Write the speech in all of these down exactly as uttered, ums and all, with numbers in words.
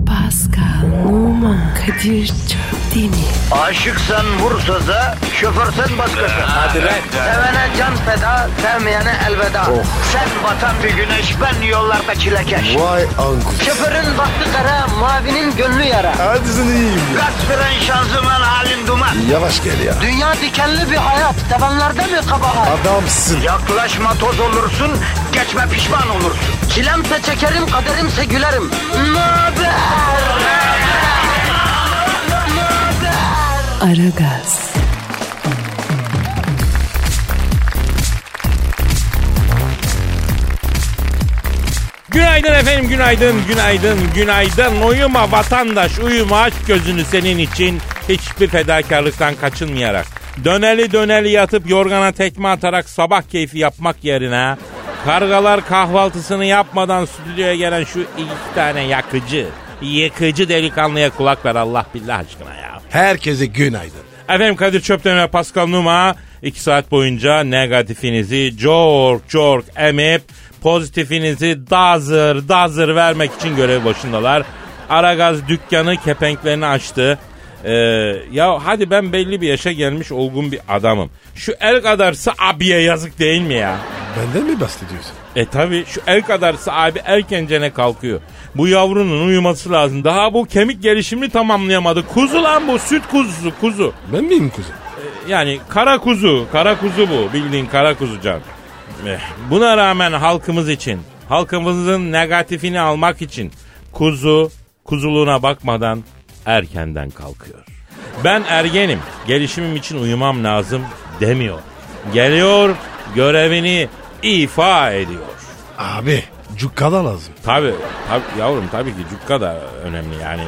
Pascal, Oman, Kadir çok değil mi? Aşıksan vursa da, şoförsen başkasın. Hadi lan. Sevene can feda, sevmeyene elveda. Oh. Sen batan bir güneş, ben yollarda çilekeş. Vay anku. Şoförün baktı kara, mavinin gönlü yara. Hadi sen iyiyim ya. Kasperen şanzıman halin duman. Yavaş gel ya. Dünya dikenli bir hayat, sevenlerde mi kabahar? Adamsın. Yaklaşma toz olursun, geçme pişman olursun. Çilemse çekerim, kaderimse gülerim. Möber! Aragaz. Günaydın efendim, günaydın, günaydın, günaydın. Uyuma vatandaş, uyuma, aç gözünü senin için. Hiçbir fedakarlıktan kaçınmayarak. Döneli döneli yatıp yorgana tekme atarak sabah keyfi yapmak yerine... Kargalar kahvaltısını yapmadan stüdyoya gelen şu iki tane yakıcı, yıkıcı delikanlıya kulak ver Allah billah aşkına ya. Herkese günaydın. Efendim Kadir Çöpten ve Pascal Numa iki saat boyunca negatifinizi çok çok emip pozitifinizi dazır dazır vermek için görev başındalar. Aragaz dükkanı kepenklerini açtı. Ee, ya hadi ben belli bir yaşa gelmiş olgun bir adamım. Şu el kadarsa abiye yazık değil mi ya? Benden mi bahsediyorsun? E tabi şu el kadarsa abi erkencene kalkıyor. Bu yavrunun uyuması lazım. Daha bu kemik gelişimini tamamlayamadı. Kuzu lan bu, süt kuzusu, kuzu. Ben miyim kuzu? E, yani kara kuzu, kara kuzu bu. Bildiğin kara kuzu can. E, buna rağmen halkımız için, halkımızın negatifini almak için kuzu kuzuluğuna bakmadan erkenden kalkıyor. Ben ergenim, gelişimim için uyumam lazım demiyor. Geliyor, görevini ifa ediyor. Abi cukka da lazım. Tabii, tabii yavrum, tabii ki cukka da önemli yani.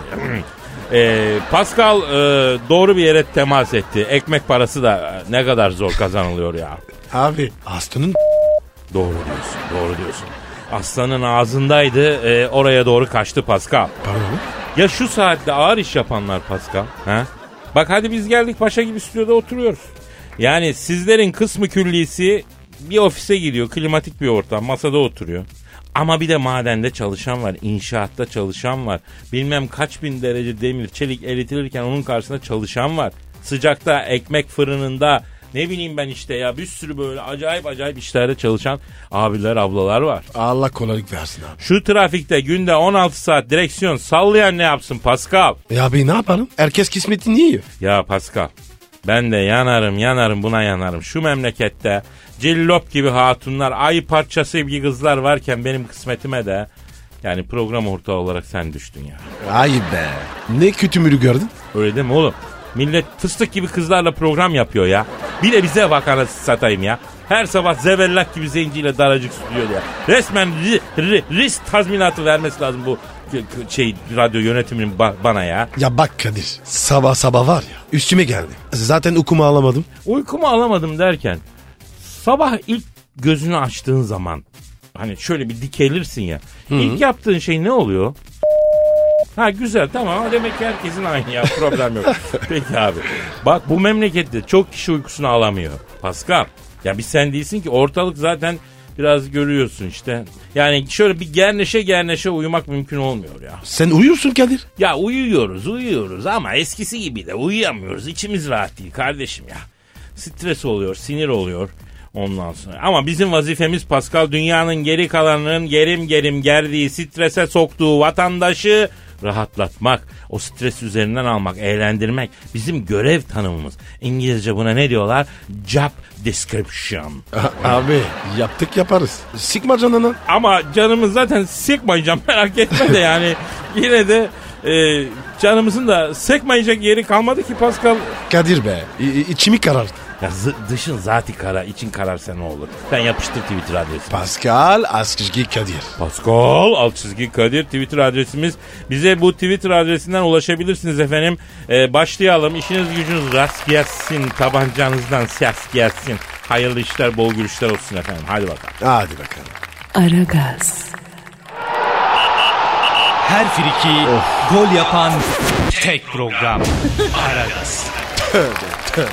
e, Pascal e, doğru bir yere temas etti. Ekmek parası da ne kadar zor kazanılıyor ya. Abi aslanın... Doğru diyorsun, doğru diyorsun. Aslanın ağzındaydı, e, oraya doğru kaçtı Pascal. Pardon? Ya şu saatte ağır iş yapanlar Pascal. Ha? Bak hadi biz geldik paşa gibi stüdyoda oturuyoruz. Yani sizlerin kısmı küllisi bir ofise gidiyor, klimatik bir ortam, masada oturuyor. Ama bir de madende çalışan var, inşaatta çalışan var. Bilmem kaç bin derece demir, çelik eritilirken onun karşısında çalışan var. Sıcakta ekmek fırınında, ne bileyim ben işte ya, bir sürü böyle acayip acayip işlerde çalışan abiler ablalar var. Allah kolaylık versin abi. Şu trafikte günde on altı saat direksiyon sallayan ne yapsın Pascal? E abi ne yapalım? Herkes kismetini yiyor. Ya Pascal, ben de yanarım yanarım buna yanarım. Şu memlekette cillop gibi hatunlar, ay parçası gibi kızlar varken benim kısmetime de yani program ortağı olarak sen düştün ya. Ay be. Ne kötü mürü gördün? Öyle değil mi oğlum? Millet fıstık gibi kızlarla program yapıyor ya. Bir de bize bak anasını satayım ya. Her sabah zevellak gibi zenciyle daracık stüdyo ya. Resmen ri, ri, risk tazminatı vermesi lazım bu şey radyo yönetiminin ba- bana ya. Ya bak Kadir, sabah sabah var ya üstüme geldi. Zaten uykumu alamadım. Uykumu alamadım derken sabah ilk gözünü açtığın zaman hani şöyle bir dikelirsin ya. Hı-hı. İlk yaptığın şey ne oluyor? Ha güzel, tamam, demek ki herkesin aynı ya, problem yok. Peki abi, bak bu memlekette çok kişi uykusunu alamıyor Pascal. Ya bir sen değilsin ki, ortalık zaten biraz görüyorsun işte. Yani şöyle bir gerneşe gerneşe uyumak mümkün olmuyor ya. Sen uyuyorsun Kadir. Ya uyuyoruz uyuyoruz ama eskisi gibi de uyuyamıyoruz. İçimiz rahat değil kardeşim ya. Stres oluyor, sinir oluyor ondan sonra. Ama bizim vazifemiz Pascal, dünyanın geri kalanının gerim gerim gerdiği, strese soktuğu vatandaşı rahatlatmak, o stres üzerinden almak, eğlendirmek bizim görev tanımımız. İngilizce buna ne diyorlar? Job description. Abi yaptık yaparız. Sıkma canını. Ama canımız zaten sıkmayacağım, merak etme de yani yine de e, canımızın da sıkmayacak yeri kalmadı ki Pascal. Kadir be i- içimi kararttı. Ya z- dışın zati kara, için kararsa ne olur? Sen yapıştır Twitter adresini. Pascal Askışgi Kadir. Pascal alt çizgi Kadir Twitter adresimiz. Bize bu Twitter adresinden ulaşabilirsiniz efendim. Ee, başlayalım. İşiniz gücünüz rast gelsin. Tabancanızdan ses gelsin. Hayırlı işler, bol gülüşler olsun efendim. Hadi bakalım. Hadi bakalım. Aragaz. Her friki of. Gol yapan tek program. Aragaz. Tövbe tövbe.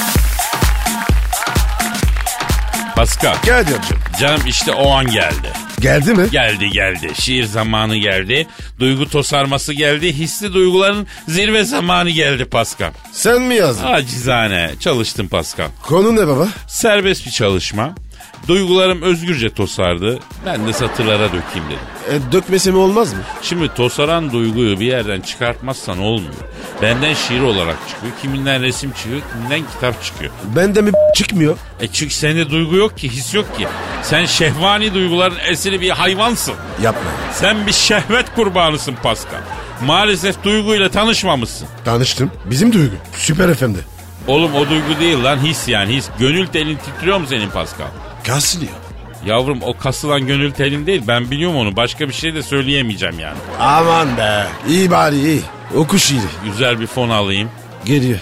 Pascal. Kadir'cim. Canım işte o an geldi. Geldi mi? Geldi geldi. Şiir zamanı geldi. Duygu tosarması geldi. Hisli duyguların zirve zamanı geldi Pascal. Sen mi yazdın? Acizane çalıştım Pascal. Konu ne baba? Serbest bir çalışma. Duygularım özgürce tosardı. Ben de satırlara dökeyim dedim. E, dökmesi mi olmaz mı? Şimdi tosaran duyguyu bir yerden çıkartmazsan olmuyor. Benden şiir olarak çıkıyor. Kiminden resim çıkıyor, kiminden kitap çıkıyor. Bende mi çıkmıyor? E çünkü sende duygu yok ki, his yok ki. Sen şehvani duyguların esiri bir hayvansın. Yapma. Sen bir şehvet kurbanısın Pascal. Maalesef duyguyla tanışmamışsın. Tanıştım. Bizim Duygu. Süper F M'de. Oğlum o duygu değil lan, his yani his. Gönül telin titriyor mu senin Pascal? Kasılıyor. Yavrum o kasılan gönül telin değil, ben biliyorum onu. Başka bir şey de söyleyemeyeceğim yani. Aman be. İyi bari iyi. Oku şiiri. Güzel bir fon alayım. Geliyor.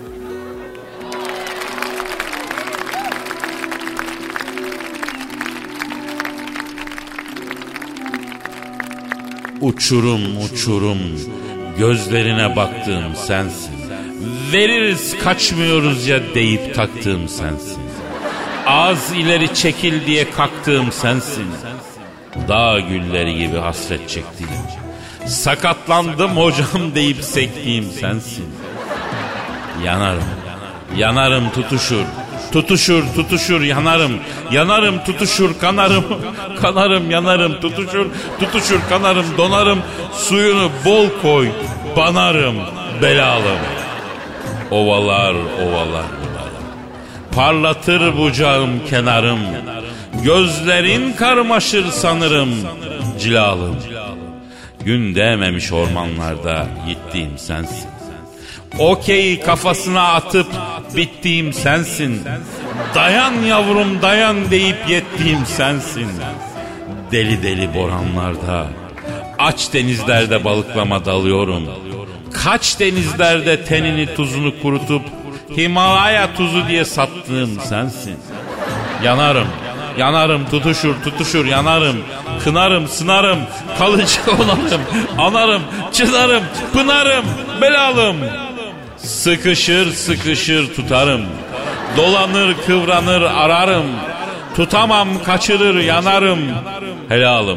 Uçurum uçurum gözlerine baktığım sensin. Veririz kaçmıyoruz ya deyip taktığım sensin. Az ileri çekil diye kalktığım sensin. Dağ gülleri gibi hasret çektiğim. Sakatlandım hocam deyip sektiğim sensin. Yanarım, yanarım tutuşur. Tutuşur tutuşur yanarım. Yanarım tutuşur kanarım. Kanarım yanarım tutuşur. Tutuşur kanarım donarım. Suyunu bol koy banarım belalım. Ovalar ovalar bunlarım. Parlatır bucağım kenarım. Gözlerin karmaşır sanırım cilalım. Gün değmemiş ormanlarda gittiğim sensin. Okeyi kafasına atıp bittiğim sensin. Dayan yavrum dayan deyip yettiğim sensin. Deli deli boranlarda, aç denizlerde balıklama dalıyorum. Kaç denizlerde tenini tuzunu kurutup Himalaya tuzu diye sattığım sensin. Yanarım, yanarım tutuşur tutuşur yanarım. Kınarım sınarım, kalıcı olanım. Anarım, çınarım, pınarım, belalım. Sıkışır sıkışır tutarım. Dolanır kıvranır ararım. Tutamam kaçırır yanarım. Helalım.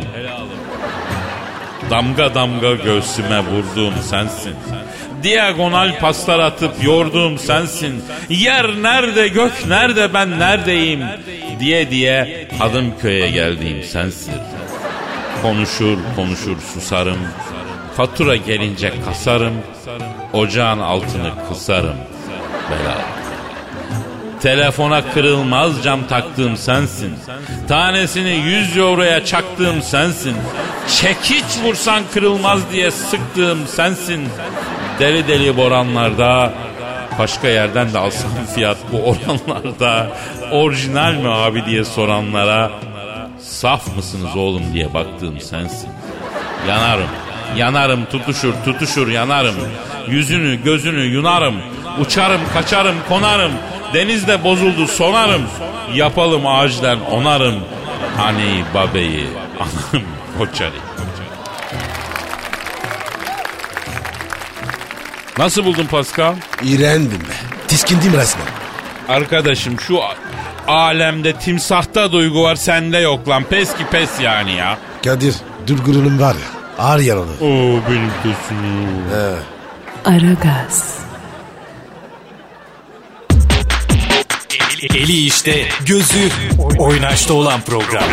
Damga damga göğsüme vurduğum sensin. Diagonal paslar atıp yorduğum sensin. Yer nerede gök nerede ben neredeyim diye diye Hadımköy'e geldiğim sensin. Konuşur konuşur susarım. Fatura gelince kasarım. Ocağın altını kısarım. Bela. Telefona kırılmaz cam taktığım sensin. Tanesini yüz euroya çaktığım sensin. Çekiç vursan kırılmaz diye sıktığım sensin. Deli deli boranlarda, başka yerden de alsam fiyat bu oranlarda, orijinal mi abi diye soranlara, saf mısınız oğlum diye baktığım sensin. Yanarım, yanarım tutuşur tutuşur yanarım. Yüzünü gözünü yunarım. Uçarım kaçarım konarım. Denizde bozuldu sonarım. Yapalım ağaçtan onarım. Hani babeyi anam koçarı. Nasıl buldun Pascal? İğrendim be. Tiskindim resmen. Arkadaşım şu alemde timsahta duygu var, sende yok lan. Pes ki pes yani ya. Kadir, Durgun'un var ya, ağır yaralı. Oo benim tosunum. He. Aragaz. Eli işte, gözü oynaşta olan program.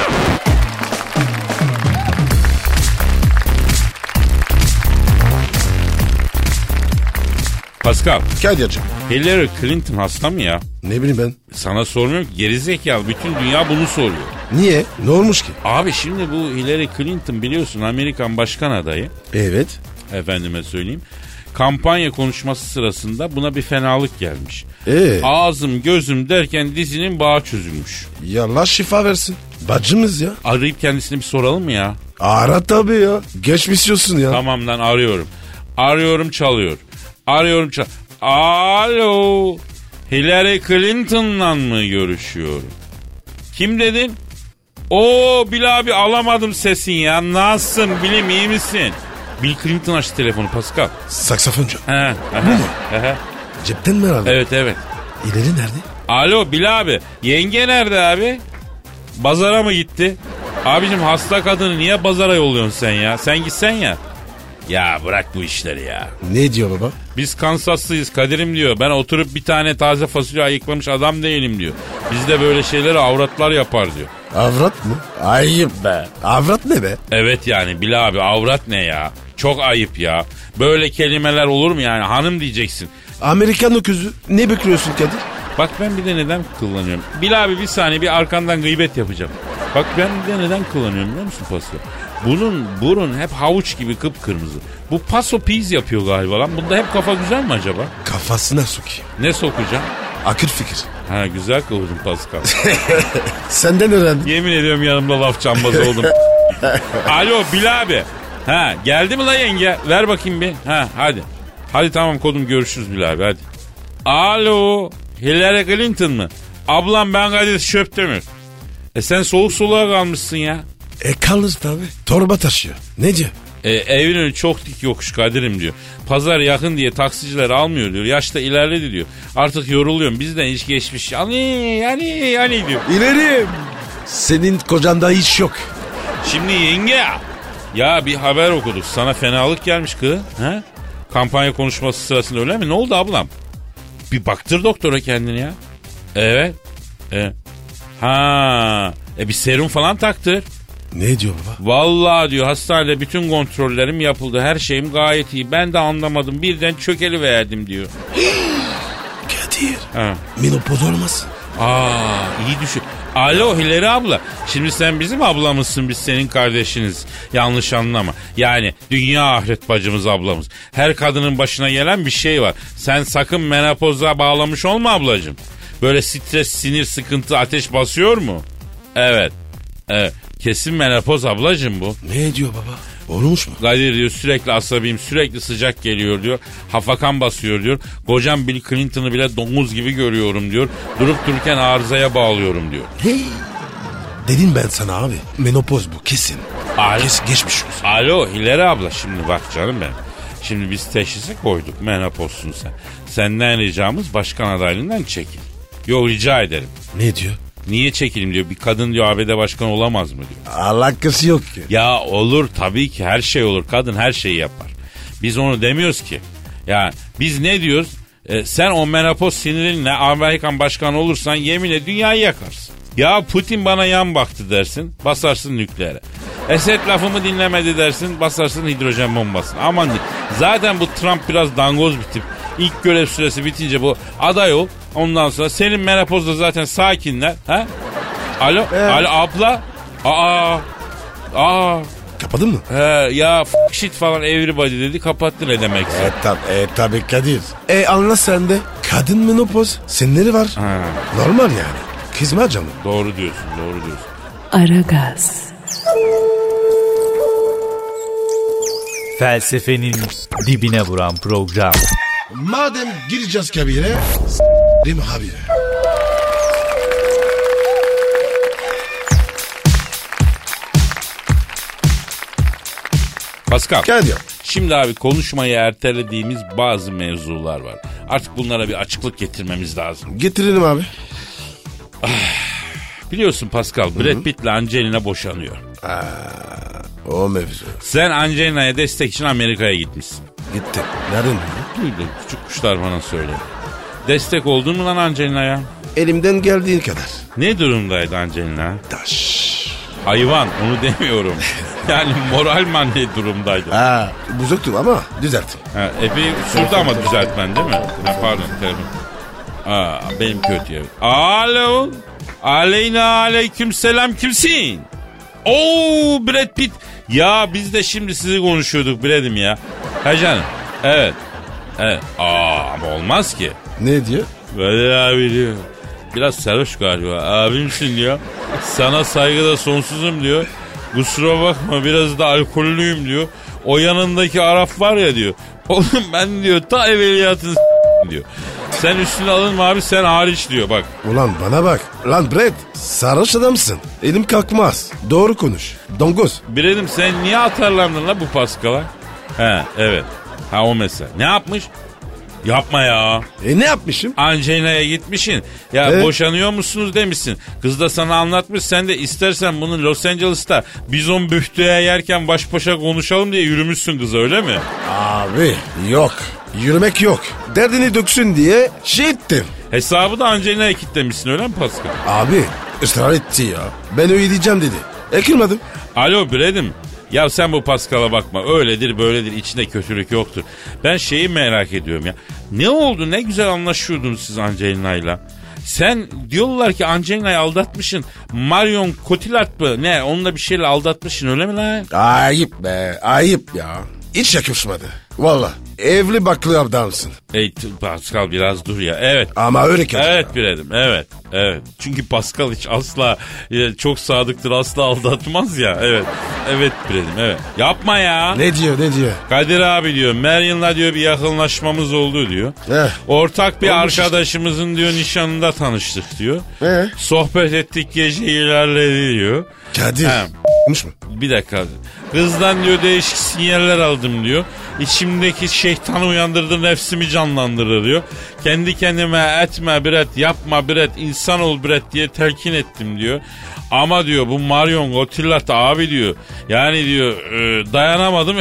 Pascal, Kadir'cim. Hillary Clinton hasta mı ya? Ne bileyim ben. Sana sormuyorum ki, gerizekalı, bütün dünya bunu soruyor. Niye? Ne olmuş ki? Abi şimdi bu Hillary Clinton biliyorsun Amerikan başkan adayı. Evet. Efendime söyleyeyim. Kampanya konuşması sırasında buna bir fenalık gelmiş. Ee? Ağzım gözüm derken dizinin bağı çözülmüş. Ya Allah şifa versin. Bacımız ya. Arayıp kendisine bir soralım mı ya? Ara tabii ya. Geçmiş olsun ya. Tamam lan, arıyorum. Arıyorum çalıyor. Arıyorum çal... Alo. Hillary Clinton'la mı görüşüyorum? Kim dedin? Oo Bil abi, alamadım sesin ya. Nasılsın Bil'im, iyi misin? Bill Clinton açtı telefonu Pascal. Saksafoncu. He, he, he, he. Cepten mi aradın? Evet evet. İleri nerede? Alo Bil abi. Yenge nerede abi? Bazara mı gitti? Abicim hasta kadını niye pazara yolluyorsun sen ya? Sen gitsen ya. Ya bırak bu işleri ya. Ne diyor baba? Biz Kansaslıyız Kadir'im diyor. Ben oturup bir tane taze fasulye ayıklamış adam değilim diyor. Bizde böyle şeyleri avratlar yapar diyor. Avrat mı? Ayıp be. Avrat ne be? Evet yani Bilal abi avrat ne ya? Çok ayıp ya. Böyle kelimeler olur mu yani? Hanım diyeceksin. Amerikan öküzü. Ne bekliyorsun Kadir? Bak ben bir de neden kullanıyorum? Bilal abi bir saniye bir arkandan gıybet yapacağım. Bak ben bir de neden kullanıyorum biliyor musun Pascal? Bunun burun hep havuç gibi kıpkırmızı. Bu paso piz yapıyor galiba lan. Bunda hep kafa güzel mi acaba? Kafasına sokayım. Ne sokacağım? Akıl fikir. Ha güzel kıvırdın Pascal. Senden öğrendim. Yemin ediyorum yanımda laf cambazı oldum. Alo Bilal abi. Ha geldi mi la yenge? Ver bakayım bir. Ha hadi. Hadi tamam kodum görüşürüz Bilal abi hadi. Alo Hillary Clinton mı? Ablam ben Kadir Şöptemir. E sen soğuk soluğa kalmışsın ya. E kalır tabi. Torba taşıyor. Ne diyor? E, evin önü çok dik yokuş Kadir'im diyor. Pazar yakın diye taksiciler almıyor diyor. Yaşta ilerledi diyor. Artık yoruluyorum bizden iş geçmiş. Yani yani yani diyor. İlerim. Senin kocanda iş yok. Şimdi yenge ya bir haber okuduk. Sana fenalık gelmiş kız. He? Kampanya konuşması sırasında öyle mi? Ne oldu ablam? Bir baktır doktora kendini ya. Evet. Evet. Ha, e bir serum falan taktır. Ne diyor baba? Vallahi diyor hastanede bütün kontrollerim yapıldı. Her şeyim gayet iyi. Ben de anlamadım. Birden çökeliverdim diyor. Kadir. Ha. Menopoz olmasın. Aa, iyi düşün. Alo Hillary abla. Şimdi sen bizim ablamızsın, biz senin kardeşiniz. Yanlış anlama. Yani dünya ahiret bacımız ablamız. Her kadının başına gelen bir şey var. Sen sakın menopoza bağlamış olma ablacığım. Böyle stres, sinir, sıkıntı, ateş basıyor mu? Evet. Evet. Kesin menopoz ablacığım bu. Ne diyor baba? Olmuş mu? Kadir diyor sürekli asabiyim, sürekli sıcak geliyor diyor. Hafakan basıyor diyor. Kocam Bill Clinton'ı bile domuz gibi görüyorum diyor. Durup dururken arızaya bağlıyorum diyor. Hey. Dedim ben sana abi. Menopoz bu kesin. Alo. Kes, geçmiş olsun. Alo Hillary abla şimdi bak canım benim. Şimdi biz teşhisi koyduk, menopozsun sen. Senden ricamız başkan adaylığından çekil. Yok rica ederim. Ne diyor? Niye çekilim diyor. Bir kadın diyor A B D başkanı olamaz mı diyor. Alakası yok ki. Ya olur tabii ki her şey olur. Kadın her şeyi yapar. Biz onu demiyoruz ki. Ya biz ne diyoruz? Ee, sen o menopoz sinirinle Amerikan başkanı olursan yeminle dünyayı yakarsın. Ya Putin bana yan baktı dersin, basarsın nükleere. Esed lafımı dinlemedi dersin, basarsın hidrojen bombasını. Aman zaten bu Trump biraz dangoz bir tip. İlk görev süresi bitince bu aday ol. Ondan sonra senin menopozda zaten sakinler. Ha? Alo, Ee? alo abla. Aa, aa. Kapadın mı? He, ya f*** shit falan everybody dedi, kapattı ne demekse. E tabi e, tabi Kadir. E anla sen de. Kadın menopoz. Senleri var. Ha, Normal yani. Kızma canım. doğru diyorsun, doğru diyorsun. Aragaz, Felsefenin dibine vuran program. Madem gireceğiz kabire. S***rim habire. Pascal. Kadir. Şimdi abi konuşmayı ertelediğimiz bazı mevzular var. Artık bunlara bir açıklık getirmemiz lazım. Getirelim abi. Biliyorsun Pascal, Brad Pitt'le Angelina boşanıyor. Aa, o mevzu. Sen Angelina'ya destek için Amerika'ya gitmişsin. Gitti. Nereden? Duydum, küçük kuşlar bana söyledi. Destek oldun mu lan Angelina'ya? Elimden geldiği kadar. Ne durumdaydı Angelina? Taş. Hayvan, onu demiyorum. Yani moralman ne durumdaydı? Ha, bozuktu ama düzelttim. Ha, epey sürdü ama düzeltmen değil mi? Ha, pardon telefon. Aa, benim kötü evet. Alo. Aleyna aleyküm selam, kimsin? Oo Brad Pitt. Ya biz de şimdi sizi konuşuyorduk Brad'im ya. Ha canım. Evet. Evet. Aa ama olmaz ki. Ne diyor? Böyle abi diyor. Biraz sarhoş galiba. Abimsin diyor. Sana saygıda sonsuzum diyor. Kusura bakma biraz da alkollüyüm diyor. O yanındaki Arap var ya diyor. Oğlum ben diyor ta evveliyatını s- diyor. Sen üstüne alınma abi sen hariç diyor bak. Ulan bana bak. Lan Brad sarhoş adamsın. Elim kalkmaz. Doğru konuş. Dongoz. Bilelim sen niye atarlandın la bu Pascal'a? He evet. Ha o mesela. Ne yapmış? Yapma ya. E ne yapmışım? Angelina'ya gitmişsin. Ya Evet. boşanıyor musunuz demişsin. Kız da sana anlatmış. Sen de istersen bunu Los Angeles'ta bizon büftüğe yerken baş başa konuşalım diye yürümüşsün kıza, öyle mi? Abi yok. Yürümek yok. Derdini döksün diye şey ettim. Hesabı da Angelina'ya kilitlemişsin, öyle mi Pascal? Abi ısrar etti ya. Ben ödeyeceğim dedi. E kırmadım. Alo Brad'im. Ya sen bu Pascal'a bakma. Öyledir böyledir. İçinde kötülük yoktur. Ben şeyi merak ediyorum ya. Ne oldu? Ne güzel anlaşıyordunuz siz Angelina'yla. Sen diyorlar ki Angelina'yı aldatmışsın. Marion Cotillard mı? Ne? Onunla bir şeyle aldatmışsın, öyle mi lan? Ayıp be. Ayıp ya. Hiç yakışmadı. Valla. Evli baklı adamsın. Ey Pascal biraz dur ya. Evet. Ama öyle kadın. Evet Brad'im. Evet. Evet. Çünkü Pascal hiç asla e, çok sadıktır. Asla aldatmaz ya. Evet. Evet Brad'im. Evet. Yapma ya. Ne diyor ne diyor? Kadir abi diyor, Marion'la diyor bir yakınlaşmamız oldu diyor. Heh. Ortak bir Olmuş arkadaşımızın diyor nişanında tanıştık diyor. He. Sohbet ettik, gece ilerledi diyor. Kadir. He. Olmuş mu? Bir dakika. Kızdan diyor değişik sinyaller aldım diyor. İçimdeki şeytanı uyandırdı, nefsimi canlandırdı diyor. Kendi kendime etme Brett, yapma Brett, insan ol Brett diye telkin ettim diyor. Ama diyor bu Marion Cotillard abi diyor. Yani diyor e, dayanamadım.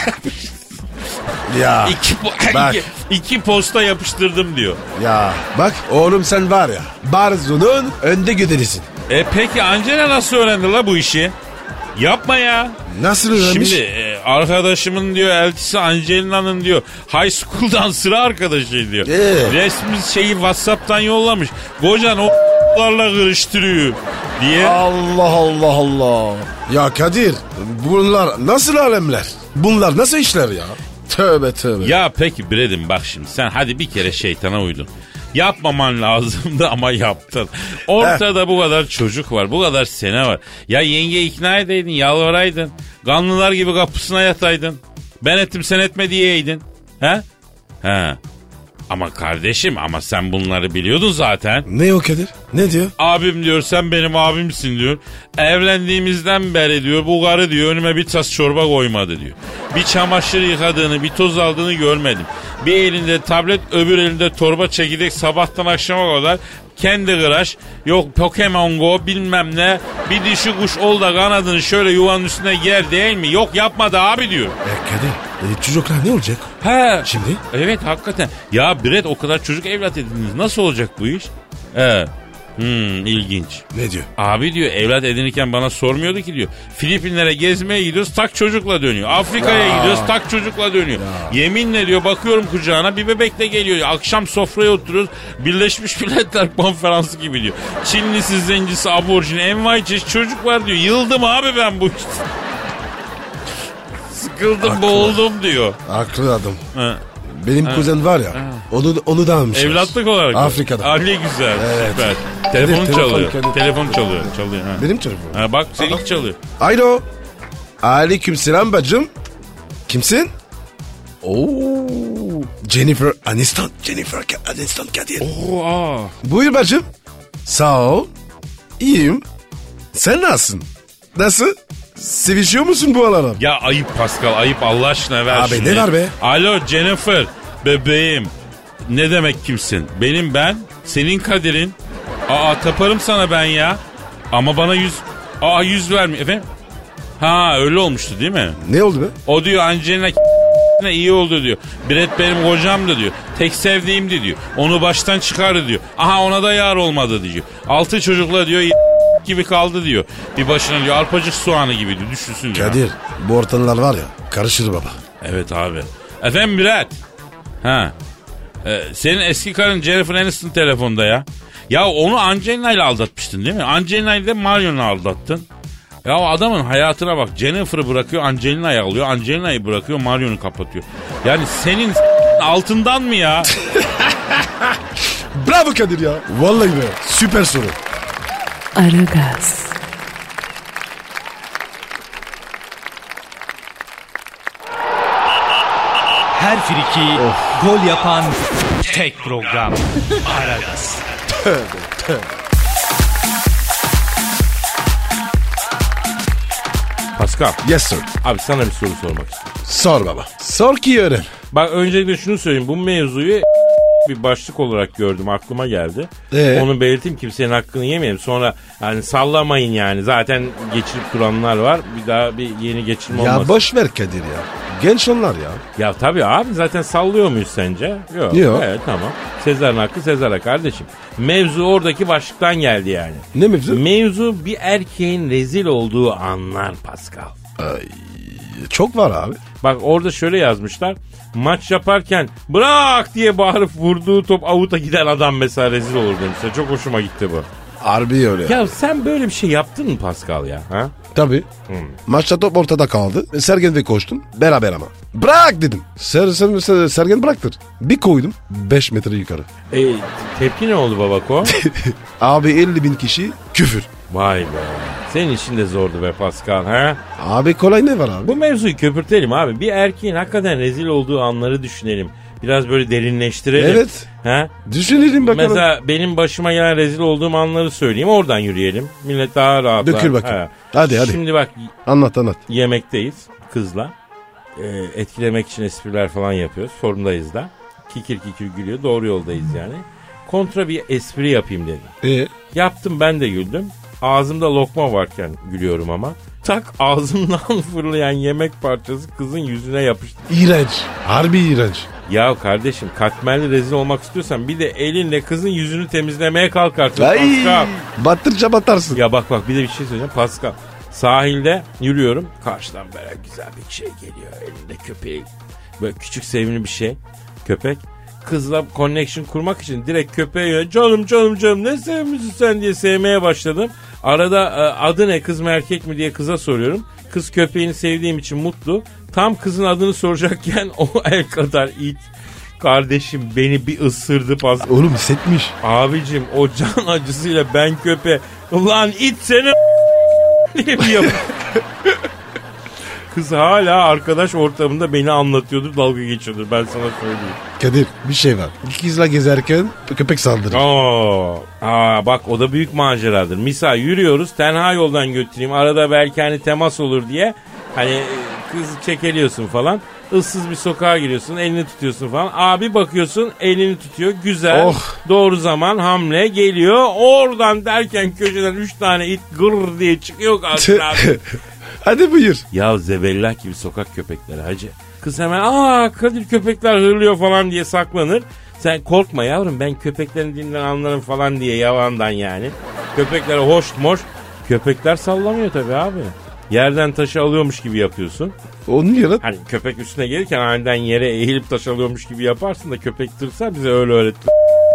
Ya. iki, Bak. iki, iki posta yapıştırdım diyor. Ya bak oğlum sen var ya. Barzunun önde giderisin. E peki Angela nasıl öğrendi la bu işi? Yapma ya. Nasıl öğrenmiş? Şimdi e, arkadaşımın diyor eltisi Angelina'nın diyor high school'dan sıra arkadaşı diyor. Ee? Resmi şeyi WhatsApp'tan yollamış. Kocan o**larla kırıştırıyor diye. Allah Allah Allah. Ya Kadir bunlar nasıl alemler? Bunlar nasıl işler ya? Tövbe tövbe. Ya peki Brad'im bak şimdi sen hadi bir kere şeytana uydun. Yapmaman lazımdı ama yaptın. Ortada bu kadar çocuk var, bu kadar sene var. Ya yenge ikna edeydin, yalvaraydın. Ganlılar gibi kapısına yataydın. Ben ettim sen etme diyeydin. He? He. Ama kardeşim ama sen bunları biliyordun zaten. Ne o Kadir? Ne diyor? Abim diyor sen benim abimsin diyor. Evlendiğimizden beri diyor bu karı diyor önüme bir tas çorba koymadı diyor. Bir çamaşır yıkadığını, bir toz aldığını görmedim. Bir elinde tablet, öbür elinde torba çekirdek, sabahtan akşama kadar kendi kıraş, yok Pokemon Go bilmem ne, bir dişi kuş ol da kanadını şöyle yuvanın üstüne yer değil mi? Yok yapmadı abi diyor. E Kadir e, çocuklar ne olacak? He. Şimdi? Evet hakikaten. Ya Brett o kadar çocuk evlat edindiniz. Nasıl olacak bu iş? He. Hmm, ilginç. Ne diyor? Abi diyor evlat edinirken bana sormuyordu ki diyor. Filipinlere gezmeye gidiyoruz tak çocukla dönüyor. Afrika'ya Ya. gidiyoruz tak çocukla dönüyor. Ya. Yeminle diyor bakıyorum kucağına bir bebekle geliyor. Akşam sofraya oturuyoruz. Birleşmiş Milletler Konferansı gibi diyor. Çinlisi, zencisi, aborjini, envai çeşit çocuk var diyor. Yıldım abi ben bu işte. Sıkıldım, Haklı. boğuldum diyor. Haklı adam. Ha. Benim kuzen var ya onu onu da almışlar. Evlatlık olarak. Afrika'da. Ali güzel. Evet. Süper. Telefon Telefon çalıyor. kendi- Telefon çalıyor. Çalıyor. Ha. Benim telefonum. Ha, bak seninki çalıyor. Alo. Aleykümselam bacım. Kimsin? Oo. Jennifer Aniston. Jennifer Aniston Kadir. Oo, aa. Buyur bacım. Sağ ol. İyiyim. Sen nasılsın? Nasıl? Sevişiyor musun bu aralar? Ya ayıp Pascal ayıp Allah aşkına ver Abi şunu. ne var be? Alo Jennifer bebeğim. Ne demek kimsin? Benim ben. Senin Kadir'in. Aa taparım sana ben ya. Ama bana yüz... Aa yüz vermiyor efendim. Ha öyle olmuştu değil mi? Ne oldu be? O diyor Angelina iyi oldu diyor. Brett benim kocamdı diyor. Tek sevdiğimdi diyor. Onu baştan çıkardı diyor. Aha ona da yar olmadı diyor. Altı çocukla diyor gibi kaldı diyor. Bir başına diyor arpacık soğanı gibi diyor. Düşünsün diyor. Kadir bu ortamlar var ya karışır baba. Evet abi. Efendim Brett. Ha. Ee, senin eski karın Jennifer Aniston telefonda ya. Ya onu Angelina ile aldatmıştın değil mi? Angelina ile Marion'la aldattın. Ya o adamın hayatına bak. Jennifer'ı bırakıyor Angelina'yı alıyor. Angelina'yı bırakıyor Marion'u kapatıyor. Yani senin altından mı ya? Bravo Kadir ya. Vallahi be süper soru. Aragaz. Her friki gol yapan tek program. Aragaz. Pascal. Yes sir. Abi sana bir soru sormak istiyorum. Sor baba. Sor ki öğren. Bak öncelikle şunu söyleyeyim. Bu mevzuyu bir başlık olarak gördüm, aklıma geldi. Ee? Onu belirteyim, kimsenin hakkını yemeyelim. Sonra hani sallamayın yani. Zaten geçirip duranlar var. Bir daha bir yeni geçirme olmasın. Ya boş ver Kadir ya. Genç onlar ya. Ya tabii abi, zaten sallıyor muyuz sence? Yok. Yok. Evet tamam. Sezar'ın hakkı Sezar'a kardeşim. Mevzu oradaki başlıktan geldi yani. Ne mevzu? Mevzu bir erkeğin rezil olduğu anlar Pascal. Ay, çok var abi. Bak orada şöyle yazmışlar. Maç yaparken bırak diye bağırıp vurduğu top avuta giden adam mesela rezil olur demişler. Çok hoşuma gitti bu. Harbi öyle. Ya sen böyle bir şey yaptın mı Pascal ya? Ha? Tabii. Hmm. Maçta top ortada kaldı. Sergen de koştun. Beraber ama. Bırak dedim. Ser, ser, ser, Sergen bıraktır. Bir koydum. beş metre yukarı. E, tepki ne oldu babako? Abi elli bin kişi küfür. Vay be. Senin işin de zordu be Pascal. Ha? Abi kolay ne var abi? Bu mevzuyu köpürtelim abi. Bir erkeğin hakikaten rezil olduğu anları düşünelim. Biraz böyle derinleştirelim. Evet. Ha? Düşünelim bakalım. Mesela benim başıma gelen rezil olduğum anları söyleyeyim. Oradan yürüyelim. Millet daha rahat. Dökül bakayım. Hadi hadi. Şimdi bak. Anlat anlat. Yemekteyiz kızla. Ee, etkilemek için espriler falan yapıyoruz. Formdayız da. Kikir kikir gülüyor. Doğru yoldayız yani. Kontra bir espri yapayım dedim. Ee? Yaptım, ben de güldüm. Ağzımda lokma varken gülüyorum ama. Tak, ağzımdan fırlayan yemek parçası kızın yüzüne yapıştı. İğrenç. Harbi iğrenç. Ya kardeşim, katmerli rezil olmak istiyorsan bir de elinle kızın yüzünü temizlemeye kalkarsın. Ay, Pascal. battırca batarsın. Ya bak bak bir de bir şey söyleyeceğim Pascal. Sahilde yürüyorum. Karşıdan böyle güzel bir şey geliyor. Elinde köpeği. Böyle küçük sevimli bir şey. Köpek. Kızla connection kurmak için direkt köpeğe canım canım canım ne sevmişsin sen diye sevmeye başladım. Arada adı ne, kız mı erkek mi diye kıza soruyorum. Kız köpeğini sevdiğim için mutlu. Tam kızın adını soracakken o el kadar it kardeşim beni bir ısırdı Pascal. Oğlum hissetmiş. Abicim o can acısıyla ben köpe ulan it seni diye bir yap. Kız hala arkadaş ortamında beni anlatıyordur, dalga geçiyordur, ben sana söyleyeyim. Kadir bir şey var. İkizle gezerken köpek saldırır. Oo. Aa, bak o da büyük maceradır. Misal yürüyoruz, tenha yoldan götüreyim, arada belki hani temas olur diye hani kız çekeliyorsun falan. Issız bir sokağa giriyorsun, elini tutuyorsun falan. Abi bakıyorsun elini tutuyor, güzel. Oh. Doğru zaman hamle geliyor. Oradan derken köşeden üç tane it gırr diye çıkıyor karşına abi. Hadi buyur. Ya zebellah gibi sokak köpekleri hacı. Kız hemen aa Kadir köpekler hırlıyor falan diye saklanır. Sen korkma yavrum, ben köpeklerin dilinden anlarım falan diye yalandan yani. Köpeklere hoş moş. Köpekler sallamıyor tabii abi. Yerden taşı alıyormuş gibi yapıyorsun. Onu yarat. Hani köpek üstüne gelirken aniden yere eğilip taş alıyormuş gibi yaparsın da köpek tırsa bize öyle öğretti.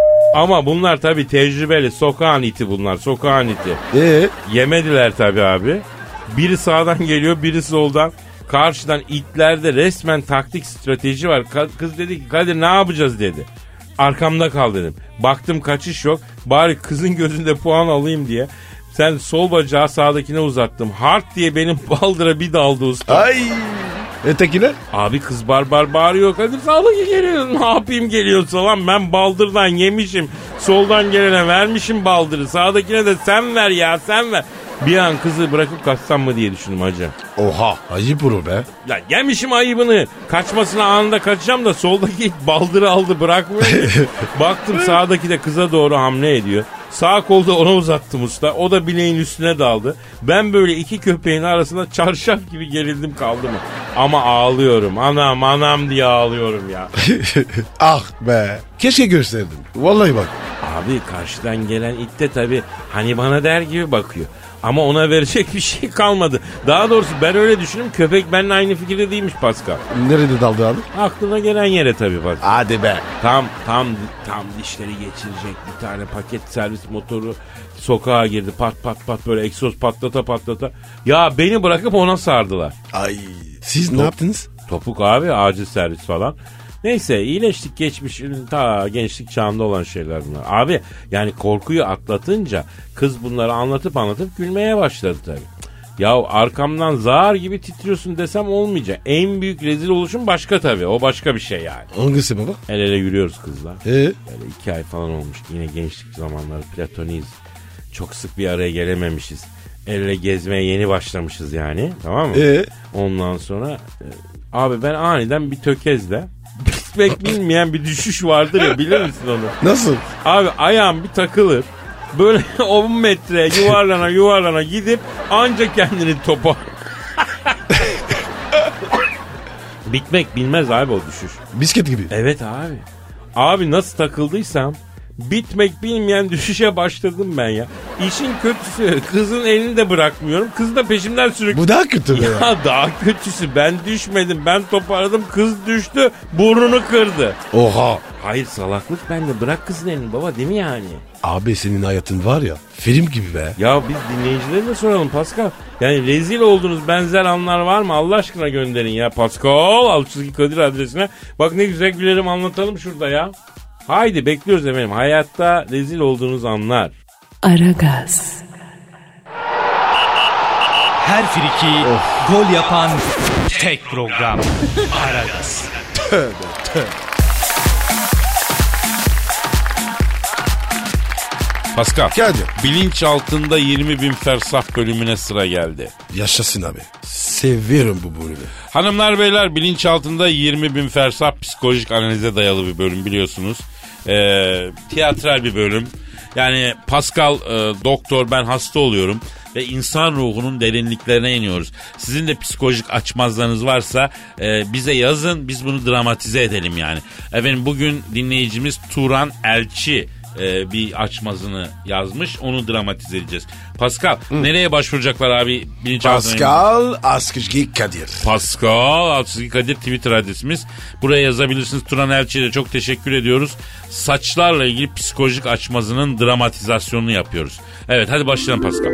Ama bunlar tabii tecrübeli, sokağın iti bunlar, sokağın iti. Ee? Yemediler tabii abi. Biri sağdan geliyor, biri soldan. Karşıdan itlerde resmen taktik strateji var. Kız dedi ki Kadir ne yapacağız dedi. Arkamda kal dedim. Baktım kaçış yok. Bari kızın gözünde puan alayım diye. Sen sol bacağı sağdakine uzattım. Hard diye benim baldıra bir daldı usta. Ay. Ötekiler? Abi kız bar bar bağırıyor. Kadir sağdaki geliyor. Ne yapayım geliyorsa lan, ben baldırdan yemişim. Soldan gelene vermişim baldırı. Sağdakine de sen ver ya sen ver. Bir an kızı bırakıp kaçsam mı diye düşündüm hacı. Oha ayıp olur be. Ya yemişim ayıbını. Kaçmasına anında kaçacağım da soldaki it baldırı aldı bırakmıyor. Baktım sağdaki de kıza doğru hamle ediyor. Sağ kolda ona uzattım usta. O da bileğin üstüne daldı. Ben böyle iki köpeğin arasında çarşaf gibi gerildim kaldım. Ama ağlıyorum. Anam anam diye ağlıyorum ya. Ah be. Keşke gösterdim. Vallahi bak. Abi karşıdan gelen it de tabii hani bana der gibi bakıyor. Ama ona verecek bir şey kalmadı. Daha doğrusu ben öyle düşünüyorum. Köpek benimle aynı fikirde değilmiş Pascal. Nerede daldı abi? Aklına gelen yere tabii Pascal. Hadi be. Tam tam tam dişleri geçirecek bir tane paket servis motoru sokağa girdi. Pat pat pat böyle egzoz patlata patlata. Ya beni bırakıp ona sardılar. Ay. Siz Top, ne yaptınız? Topuk abi, acil servis falan. Neyse iyileştik, geçmiş ta gençlik çağında olan şeyler bunlar. Abi yani korkuyu atlatınca kız bunları anlatıp anlatıp gülmeye başladı tabii. Ya arkamdan zar gibi titriyorsun desem olmayacak. En büyük rezil oluşum başka tabii. O başka bir şey yani. Hangisi baba? El ele yürüyoruz kızla. Ee? Böyle iki ay falan olmuş. Yine gençlik zamanları, platoniyiz. Çok sık bir araya gelememişiz. El ele gezmeye yeni başlamışız yani. Tamam mı? Ee? Ondan sonra e, abi ben aniden bir tökezle bitmek bilmeyen bir düşüş vardır ya, bilir misin onu? Nasıl? Abi ayağım bir takılır. Böyle on metre yuvarlana yuvarlana gidip ancak kendini topar. Bitmek bilmez abi o düşüş. Bisket gibi. Evet abi. Abi nasıl takıldıysam bitmek bilmeyen düşüşe başladım ben ya. İşin kötüsü kızın elini de bırakmıyorum. Kız da peşimden sürekli. Bu daha kötü be. Ya daha kötüsü ben düşmedim. Ben toparladım, kız düştü, burnunu kırdı. Oha. Hayır salaklık bende. Bırak kızın elini baba, değil mi yani? Abi senin hayatın var ya film gibi be. Ya biz dinleyicilere de soralım Pascal. Yani rezil olduğunuz benzer anlar var mı? Allah aşkına gönderin ya. Pascal Altçizgi Kadir adresine. Bak ne güzel gülerim, anlatalım şurada ya. Haydi bekliyoruz efendim. Hayatta rezil olduğunuz anlar. Aragaz. Her friki gol yapan tek program. Aragaz. Tövbe tövbe. Pascal. Kadir. Bilinç altında yirmi bin fersah bölümüne sıra geldi. Yaşasın abi. Seviyorum bu bölümü. Hanımlar beyler, bilinç altında yirmi bin fersah psikolojik analize dayalı bir bölüm biliyorsunuz. Ee, tiyatral bir bölüm. Yani Pascal e, doktor, ben hasta oluyorum ve insan ruhunun derinliklerine iniyoruz. Sizin de psikolojik açmazlarınız varsa e, bize yazın, biz bunu dramatize edelim yani. Efendim bugün dinleyicimiz Turan Elçi e, bir açmazını yazmış, onu dramatize edeceğiz. Pascal Hı. nereye başvuracaklar abi? Pascal Askışgi Kadir. Pascal Askışgi Kadir Twitter adresimiz. Buraya yazabilirsiniz. Turan Elçi'ye de çok teşekkür ediyoruz. Saçlarla ilgili psikolojik açmazının dramatizasyonunu yapıyoruz. Evet hadi başlayalım Pascal.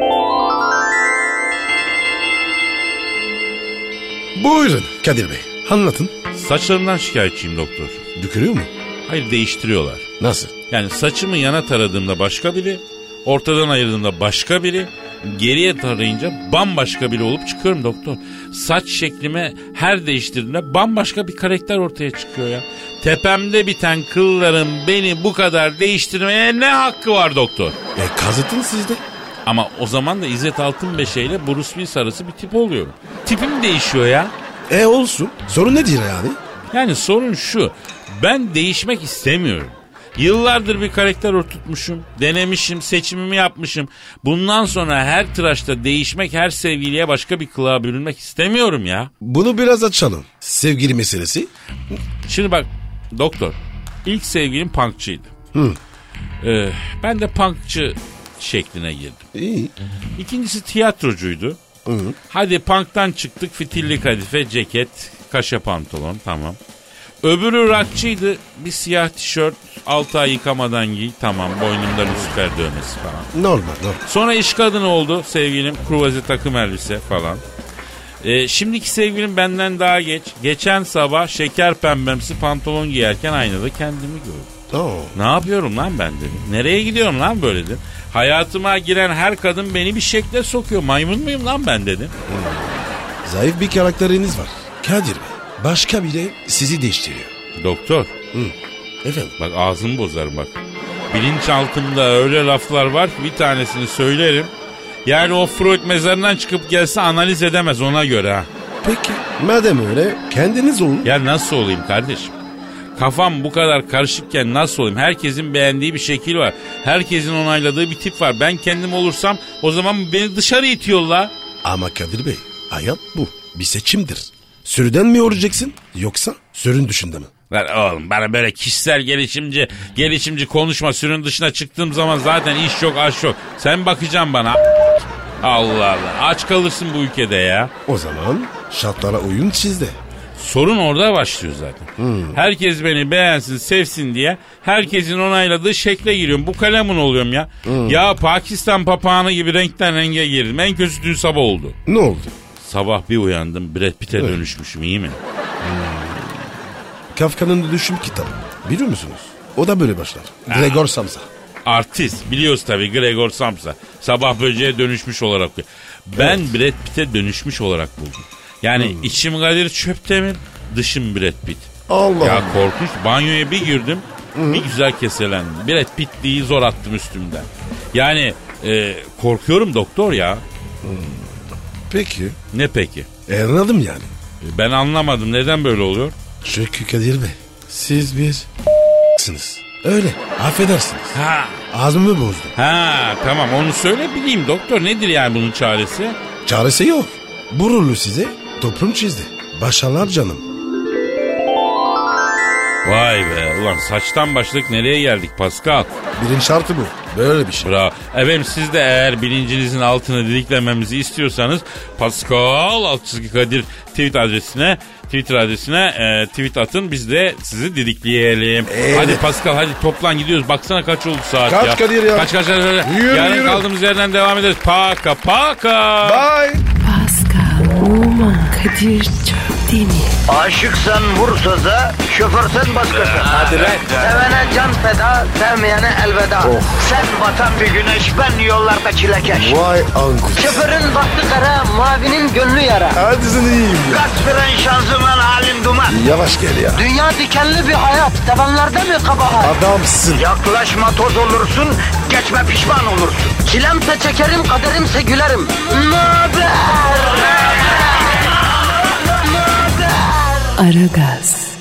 Buyurun Kadir Bey, anlatın. Saçlarımdan şikayetçiyim doktor. Dökülüyor mu? Hayır, değiştiriyorlar. Nasıl? Yani saçımı yana taradığımda başka biri, ortadan ayırdığımda başka biri, geriye tarayınca bambaşka biri olup çıkıyorum doktor. Saç şeklime her değiştirdiğimde bambaşka bir karakter ortaya çıkıyor ya. Tepemde biten kılların beni bu kadar değiştirmeye ne hakkı var doktor? E kazıtın sizde. Ama o zaman da İzzet Altınbeşe ile Bruce Willis arası bir tip oluyorum. Tipim değişiyor ya. E olsun. Sorun nedir yani? Yani sorun şu. Ben değişmek istemiyorum. Yıllardır bir karakter oturtmuşum, denemişim, seçimimi yapmışım. Bundan sonra her tıraşta değişmek, her sevgiliye başka bir kılığa bürünmek istemiyorum ya. Bunu biraz açalım. Sevgili meselesi. Şimdi bak doktor, ilk sevgilim punkçıydı. Hı. Ee, ben de punkçı şekline girdim. İyi. İkincisi tiyatrocuydu. Hı. Hadi punktan çıktık, fitilli kadife, ceket, kaşe pantolon, tamam. Öbürü rockçıydı. Bir siyah tişört, altı ay yıkamadan giy, tamam, boynumda Lucifer dövmesi falan. Normal, normal. Sonra iş kadını oldu sevgilim, kruvaze takım elbise falan. Ee, şimdiki sevgilim benden daha geç. Geçen sabah şeker pembemsi pantolon giyerken aynada kendimi gördüm. Oo. Ne yapıyorum lan ben dedim. Nereye gidiyorum lan böyle dedim. Hayatıma giren her kadın beni bir şekle sokuyor. Maymun muyum lan ben dedim. Hmm. Zayıf bir karakteriniz var. Kadir Bey, başka biri sizi değiştiriyor. Doktor. Hı. Efendim? Bak ağzımı bozarım bak. Bilinçaltımda öyle laflar var ki bir tanesini söylerim. Yani o Freud mezarından çıkıp gelse analiz edemez, ona göre ha. Peki madem öyle kendiniz olun. Ya nasıl olayım kardeşim? Kafam bu kadar karışıkken nasıl olayım? Herkesin beğendiği bir şekil var. Herkesin onayladığı bir tip var. Ben kendim olursam o zaman beni dışarı itiyorlar. Ama Kadir Bey, hayat bu. Bir seçimdir. Sürüden mi yoracaksın yoksa sürün dışında mı? Lan oğlum bana böyle kişisel gelişimci gelişimci konuşma. Sürün dışına çıktığım zaman zaten iş yok, aş yok. Sen bakacaksın bana. Allah Allah, aç kalırsın bu ülkede ya. O zaman şartlara uyun sizde. Sorun orada başlıyor zaten. Hmm. Herkes beni beğensin, sevsin diye herkesin onayladığı şekle giriyorum. Bu kalemun oluyorum ya. Hmm. Ya Pakistan papağanı gibi renkten renge girdim. En kötüsü dün sabah oldu. Ne oldu? Sabah bir uyandım, Brad Pitt'e evet. dönüşmüşüm, iyi mi? Hmm. Kafka'nın Dönüşüm kitabı. Biliyor musunuz? O da böyle başlar. Gregor Samsa. Artist. Biliyoruz tabii, Gregor Samsa. Sabah böceğe dönüşmüş olarak. Ben evet. Brad Pitt'e dönüşmüş olarak buldum. Yani hmm. içim Kadir Çöptemir, dışım Brad Pitt. Allah ya Allah. Korkunç. Banyoya bir girdim, hmm. bir güzel keselendim. Brad Pitt'liği zor attım üstümden. Yani e, korkuyorum doktor ya. Hmm. Peki. Ne peki? E, anladım yani. Ben anlamadım. Neden böyle oluyor? Çünkü Kadir Bey, Siz bir sınız. Öyle. Affedersiniz. Ha. Ağzımı bozdu. Ha tamam onu söyle bileyim doktor nedir yani bunun çaresi? Çaresi yok. Bu rolü size toplum çizdi. Başarılar canım. Vay be ulan saçtan başladık nereye geldik Pascal? Birinci şartı bu. Böyle bir şey. Bravo. Efendim siz de eğer bilincinizin altını didiklememizi istiyorsanız Pascal alt çizgi Kadir tweet adresine Twitter adresine e, tweet atın biz de sizi didikleyelim. Evet. Hadi Pascal hadi toplan gidiyoruz. Baksana kaç oldu saat Kaç ya. Kadir ya? Kaç kaç kaç. kaç. Yürü, Yarın yürü. kaldığımız yerden devam ederiz. Paka paka. Bye. Pascal, Oman, Kadir çok değil mi? Aşıksan vursa da, şoförsen başkasın. Hadi lan. Sevene can feda, sevmeyene elveda. Sen batan bir güneş, ben yollarda çilekeş. Vay anku. Şoförün baktı kara, mavinin gönlü yara. Hadi sen iyiyim ya. Kasperen şanzıman halin duman. Yavaş gel ya. Dünya dikenli bir hayat, sevenlerde mi kabahar? Adamsın. Yaklaşma toz olursun, geçme pişman olursun. Çilemse çekerim, kaderimse gülerim. Möber! Aragaz.